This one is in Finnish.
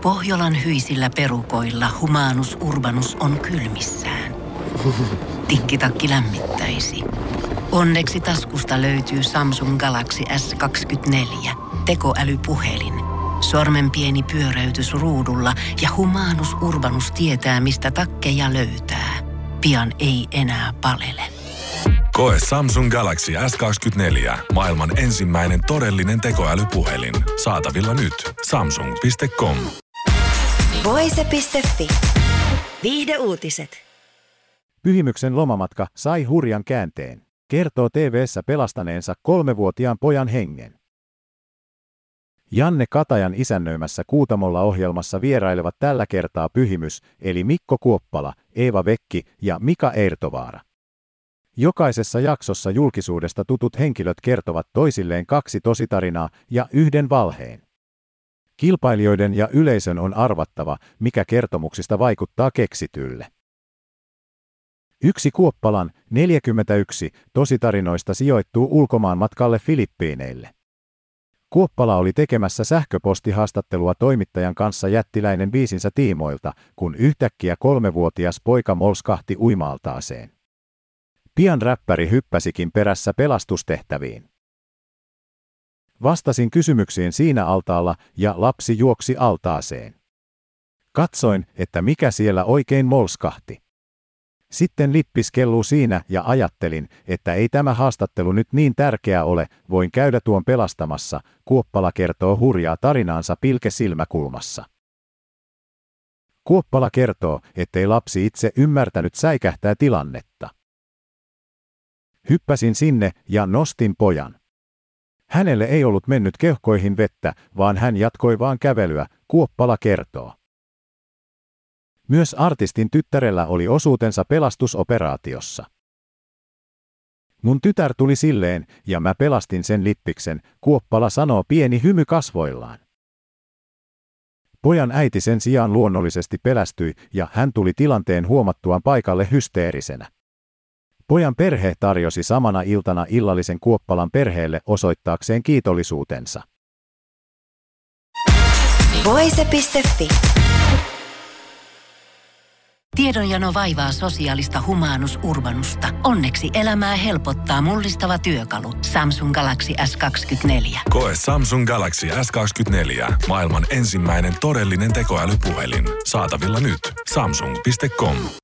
Pohjolan hyisillä perukoilla Humanus Urbanus on kylmissään. Tikkitakki lämmittäisi. Onneksi taskusta löytyy Samsung Galaxy S24, tekoälypuhelin. Sormen pieni pyöräytys ruudulla ja Humanus Urbanus tietää, mistä takkeja löytää. Pian ei enää palele. Koe Samsung Galaxy S24. Maailman ensimmäinen todellinen tekoälypuhelin. Saatavilla nyt. Samsung.com. Voise.fi. Viihdeuutiset. Pyhimyksen lomamatka sai hurjan käänteen. Kertoo TV:ssä pelastaneensa 3-vuotiaan pojan hengen. Janne Katajan isännöimässä Kuutamolla -ohjelmassa vierailevat tällä kertaa Pyhimys, eli Mikko Kuoppala, Eeva Vekki ja Mika Eertovaara. Jokaisessa jaksossa julkisuudesta tutut henkilöt kertovat toisilleen 2 tositarinaa ja 1 valheen. Kilpailijoiden ja yleisön on arvattava, mikä kertomuksista vaikuttaa keksitylle. Yksi Kuoppalan, 41, tositarinoista sijoittuu ulkomaanmatkalle Filippiineille. Kuoppala oli tekemässä sähköpostihaastattelua toimittajan kanssa jättiläinen biisinsä tiimoilta, kun yhtäkkiä 3-vuotias poika molskahti uima-altaaseen. Pian räppäri hyppäsikin perässä pelastustehtäviin. Vastasin kysymyksiin siinä altaalla ja lapsi juoksi altaaseen. Katsoin, että mikä siellä oikein molskahti. Sitten lippis kelluu siinä ja ajattelin, että ei tämä haastattelu nyt niin tärkeä ole, voin käydä tuon pelastamassa, Kuoppala kertoo hurjaa tarinaansa pilke silmäkulmassa. Kuoppala kertoo, ettei lapsi itse ymmärtänyt säikähtää tilannetta. Hyppäsin sinne ja nostin pojan. Hänelle ei ollut mennyt keuhkoihin vettä, vaan hän jatkoi vaan kävelyä, Kuoppala kertoo. Myös artistin tyttärellä oli osuutensa pelastusoperaatiossa. Mun tytär tuli silleen, ja mä pelastin sen lippiksen, Kuoppala sanoo pieni hymy kasvoillaan. Pojan äiti sen sijaan luonnollisesti pelästyi, ja hän tuli tilanteen huomattuaan paikalle hysteerisenä. Pojan perhe tarjosi samana iltana illallisen Kuoppalan perheelle osoittaakseen kiitollisuutensa. Voise.fi. Tiedonjano vaivaa sosiaalista Humanus Urbanusta. Onneksi elämää helpottaa mullistava työkalu. Samsung Galaxy S24. Koe Samsung Galaxy S24. Maailman ensimmäinen todellinen tekoälypuhelin. Saatavilla nyt. Samsung.com.